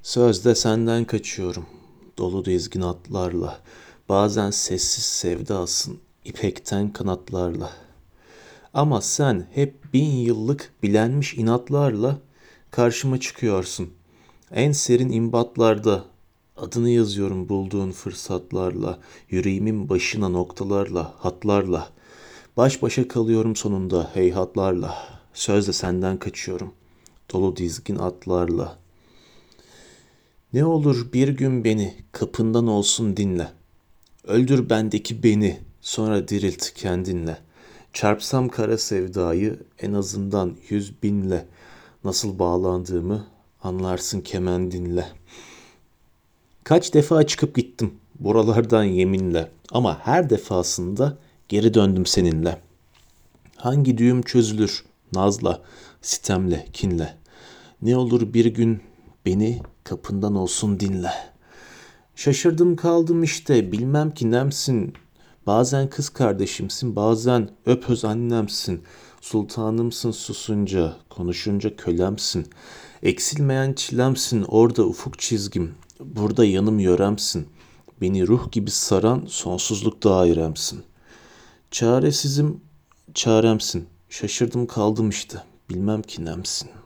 Sözde senden kaçıyorum, dolu dizgin atlarla. Bazen sessiz sevdasın, ipekten kanatlarla. Ama sen hep 1000 yıllık bilenmiş inatlarla karşıma çıkıyorsun. En serin imbatlarda adını yazıyorum bulduğun fırsatlarla, yüreğimin başına noktalarla, hatlarla. Baş başa kalıyorum sonunda heyhatlarla. Sözde senden kaçıyorum, dolu dizgin atlarla. Ne olur bir gün beni kapından olsun dinle. Öldür bendeki beni, sonra dirilt kendinle. Çarpsam kara sevdayı en azından 100 binle. Nasıl bağlandığımı anlarsın kemendinle. Kaç defa çıkıp gittim buralardan yeminle. Ama her defasında geri döndüm seninle. Hangi düğüm çözülür nazla, sitemle, kinle. Ne olur bir gün beni kapından olsun dinle. Şaşırdım kaldım işte bilmem ki nemsin. Bazen kız kardeşimsin bazen öpöz annemsin. Sultanımsın susunca konuşunca kölemsin. Eksilmeyen çilemsin orada ufuk çizgim. Burada yanım yöremsin. Beni ruh gibi saran sonsuzluk dairemsin. Çaresizim çaremsin. Şaşırdım kaldım işte bilmem ki nemsin.